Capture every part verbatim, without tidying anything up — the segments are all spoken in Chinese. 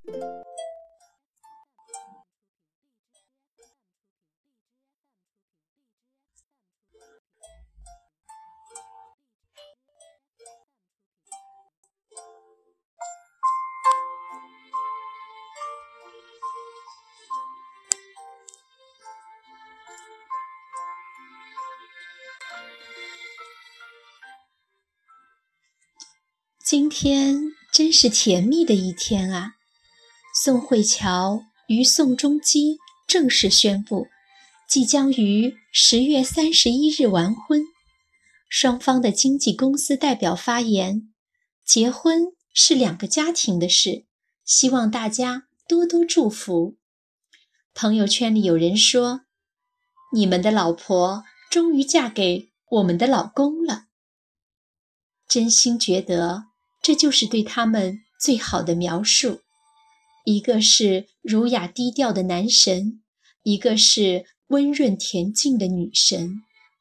今天真是甜蜜的一天啊！宋慧乔与宋仲基正式宣布，即将于十月三十一日完婚。双方的经纪公司代表发言，结婚是两个家庭的事，希望大家多多祝福。朋友圈里有人说，你们的老婆终于嫁给我们的老公了。真心觉得这就是对他们最好的描述，一个是儒雅低调的男神，一个是温润恬静的女神。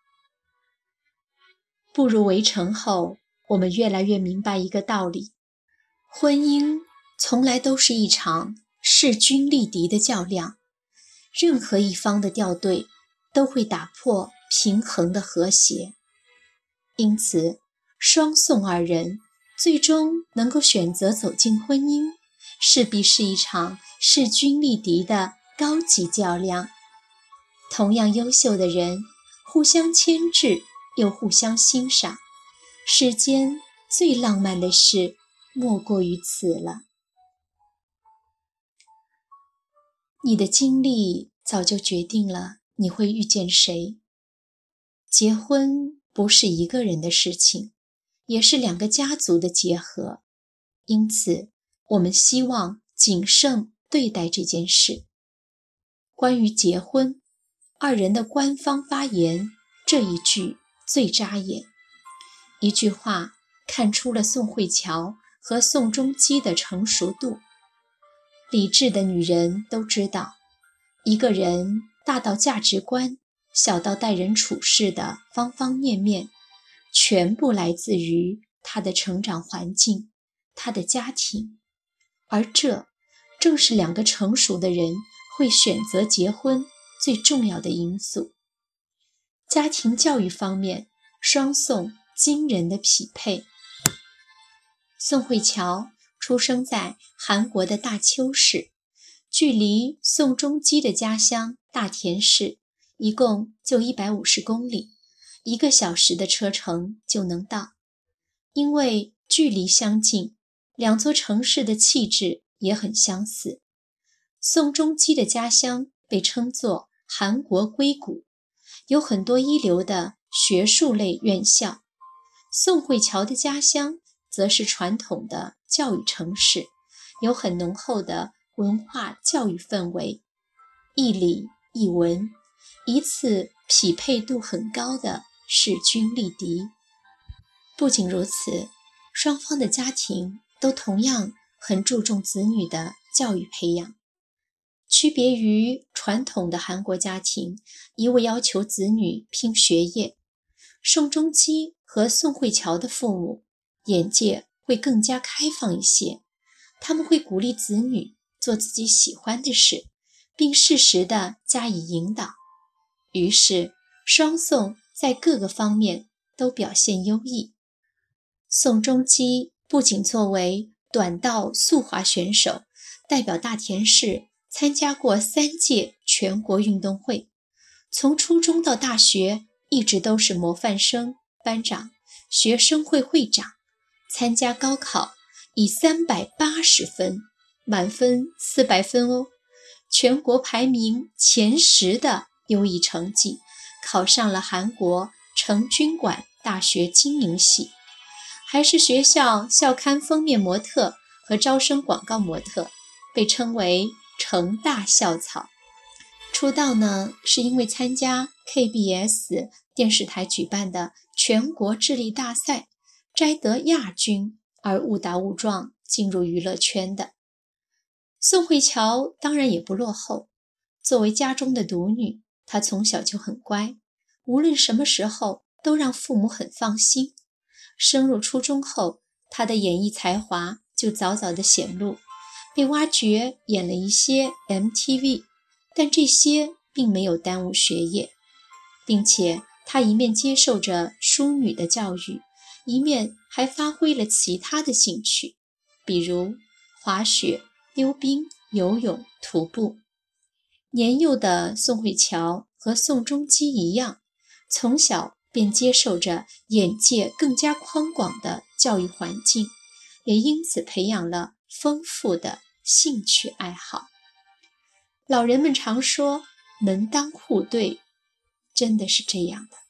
步入围城后，我们越来越明白一个道理，婚姻从来都是一场势均力敌的较量，任何一方的掉队都会打破平衡的和谐。因此，双宋二人最终能够选择走进婚姻，势必是一场势均力敌的高级较量。同样优秀的人，互相牵制又互相欣赏，世间最浪漫的事莫过于此了。你的经历早就决定了你会遇见谁。结婚不是一个人的事情，也是两个家族的结合，因此我们希望谨慎对待这件事。关于结婚，二人的官方发言这一句最扎眼，一句话看出了宋慧乔和宋仲基的成熟度。理智的女人都知道，一个人大到价值观，小到待人处事的方方面面，全部来自于他的成长环境，他的家庭，而这正是两个成熟的人会选择结婚最重要的因素。家庭教育方面，双宋惊人的匹配。宋慧乔出生在韩国的大邱市，距离宋仲基的家乡大田市一共就一百五十公里，一个小时的车程就能到。因为距离相近，两座城市的气质也很相似。宋仲基的家乡被称作韩国硅谷，有很多一流的学术类院校。宋慧乔的家乡则是传统的教育城市，有很浓厚的文化教育氛围，一理一文，一次匹配度很高的势均力敌。不仅如此，双方的家庭都同样很注重子女的教育培养。区别于传统的韩国家庭一味要求子女拼学业，宋仲基和宋慧乔的父母眼界会更加开放一些，他们会鼓励子女做自己喜欢的事，并适时地加以引导。于是，双宋在各个方面都表现优异。宋仲基不仅作为短道速滑选手，代表大田市参加过三届全国运动会，从初中到大学一直都是模范生、班长、学生会会长。参加高考以三百八十分，满分四百分哦，全国排名前十的优异成绩，考上了韩国成均馆大学经营系，还是学校校刊封面模特和招生广告模特，被称为成大校草。出道呢，是因为参加 K B S 电视台举办的全国智力大赛，摘得亚军而误打误撞进入娱乐圈的。宋慧乔当然也不落后，作为家中的独女，她从小就很乖，无论什么时候都让父母很放心。升入初中后，她的演艺才华就早早的显露， 被挖掘演了一些 M T V， 但这些并没有耽误学业，并且她一面接受着淑女的教育，一面还发挥了其他的兴趣，比如滑雪、溜冰、游泳、徒步。年幼的宋慧乔和宋仲基一样，从小便接受着眼界更加宽广的教育环境，也因此培养了丰富的兴趣爱好。老人们常说门当户对，真的是这样的。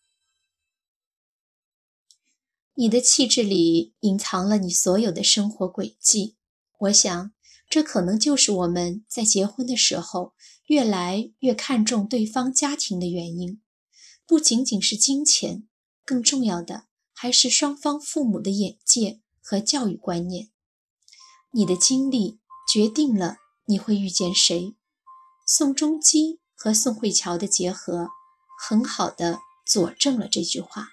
你的气质里隐藏了你所有的生活轨迹，我想这可能就是我们在结婚的时候越来越看重对方家庭的原因。不仅仅是金钱，更重要的还是双方父母的眼界和教育观念。你的经历决定了你会遇见谁。宋仲基和宋慧乔的结合很好地佐证了这句话。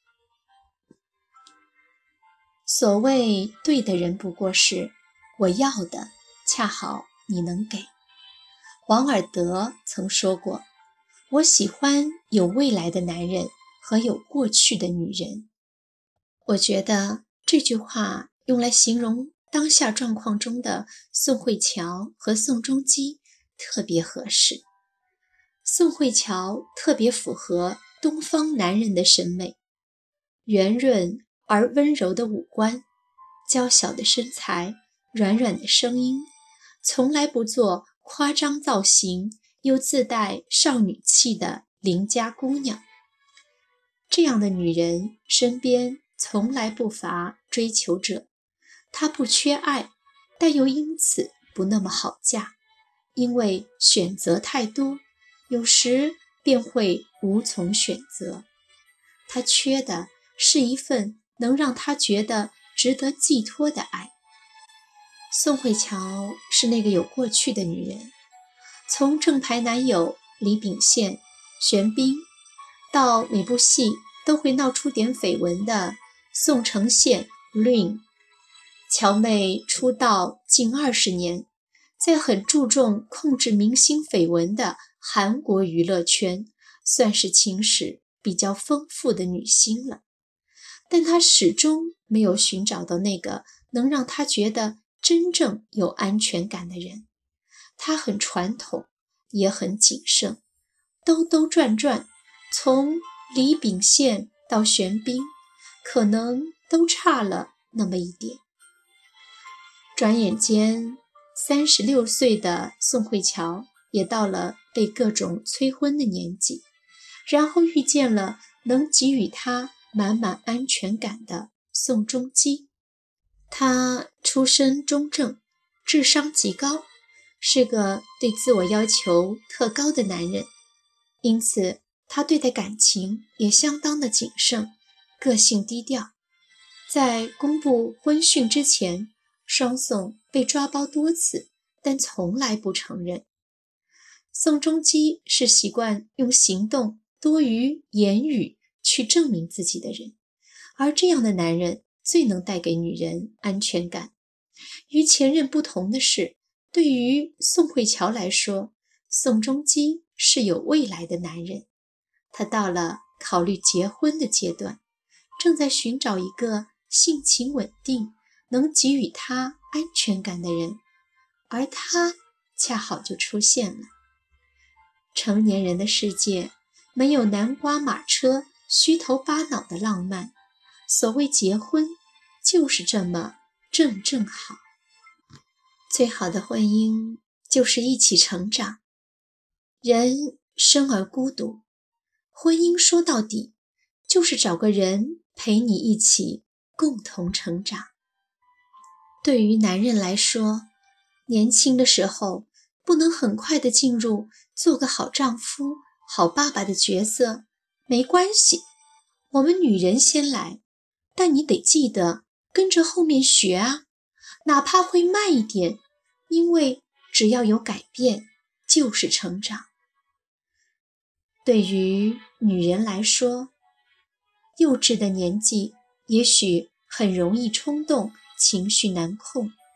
所谓对的人，不过是我要的恰好你能给。王尔德曾说过，我喜欢有未来的男人和有过去的女人。我觉得这句话用来形容当下状况中的宋慧乔和宋仲基特别合适。宋慧乔特别符合东方男人的审美，圆润而温柔的五官，娇小的身材，软软的声音，从来不做夸张造型又自带少女气的邻家姑娘。这样的女人身边从来不乏追求者，她不缺爱，但又因此不那么好嫁，因为选择太多，有时便会无从选择。她缺的是一份能让她觉得值得寄托的爱。宋慧乔是那个有过去的女人，从正牌男友李秉宪、玄彬，到每部戏都会闹出点绯闻的宋承宪、Rain。 乔妹出道近二十年，在很注重控制明星绯闻的韩国娱乐圈，算是情史比较丰富的女星了。但她始终没有寻找到那个能让她觉得真正有安全感的人。她很传统，也很谨慎，兜兜转转，从李秉宪到玄彬，可能都差了那么一点。转眼间，三十六岁的宋慧乔也到了被各种催婚的年纪，然后遇见了能给予她满满安全感的宋仲基。他出身中正，智商极高，是个对自我要求特高的男人，因此他对待感情也相当的谨慎，个性低调。在公布婚讯之前，双宋被抓包多次，但从来不承认。宋仲基是习惯用行动多于言语去证明自己的人，而这样的男人最能带给女人安全感。与前任不同的是，对于宋慧乔来说，宋仲基是有未来的男人。他到了考虑结婚的阶段，正在寻找一个性情稳定，能给予他安全感的人，而他恰好就出现了。成年人的世界没有南瓜马车虚头巴脑的浪漫，所谓结婚就是这么正正好。最好的婚姻就是一起成长。人生而孤独，婚姻说到底就是找个人陪你一起共同成长。对于男人来说，年轻的时候不能很快地进入做个好丈夫、好爸爸的角色，没关系，我们女人先来，但你得记得跟着后面学啊，哪怕会慢一点，因为只要有改变，就是成长。对于女人来说，幼稚的年纪也许很容易冲动，情绪难控，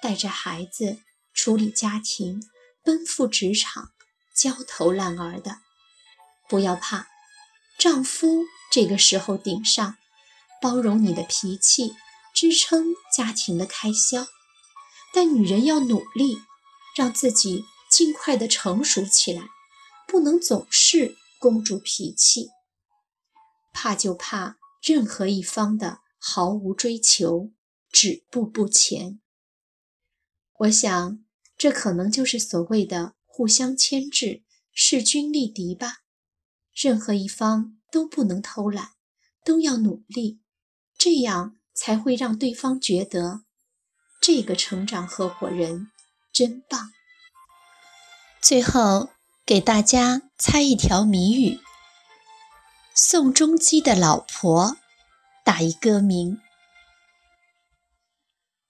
带着孩子处理家庭，奔赴职场，焦头烂额的。不要怕，丈夫这个时候顶上，包容你的脾气，支撑家庭的开销。但女人要努力，让自己尽快的成熟起来，不能总是公主脾气。怕就怕任何一方的毫无追求，止步不前。我想，这可能就是所谓的互相牵制，势均力敌吧。任何一方都不能偷懒，都要努力，这样才会让对方觉得这个成长合伙人真棒。最后给大家猜一条谜语：宋仲基的老婆，打一歌名。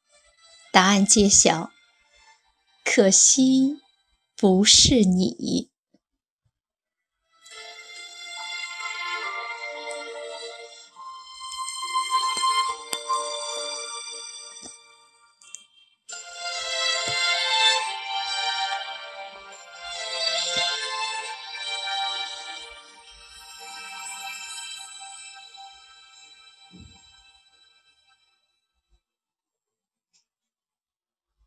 答案揭晓，可惜不是你。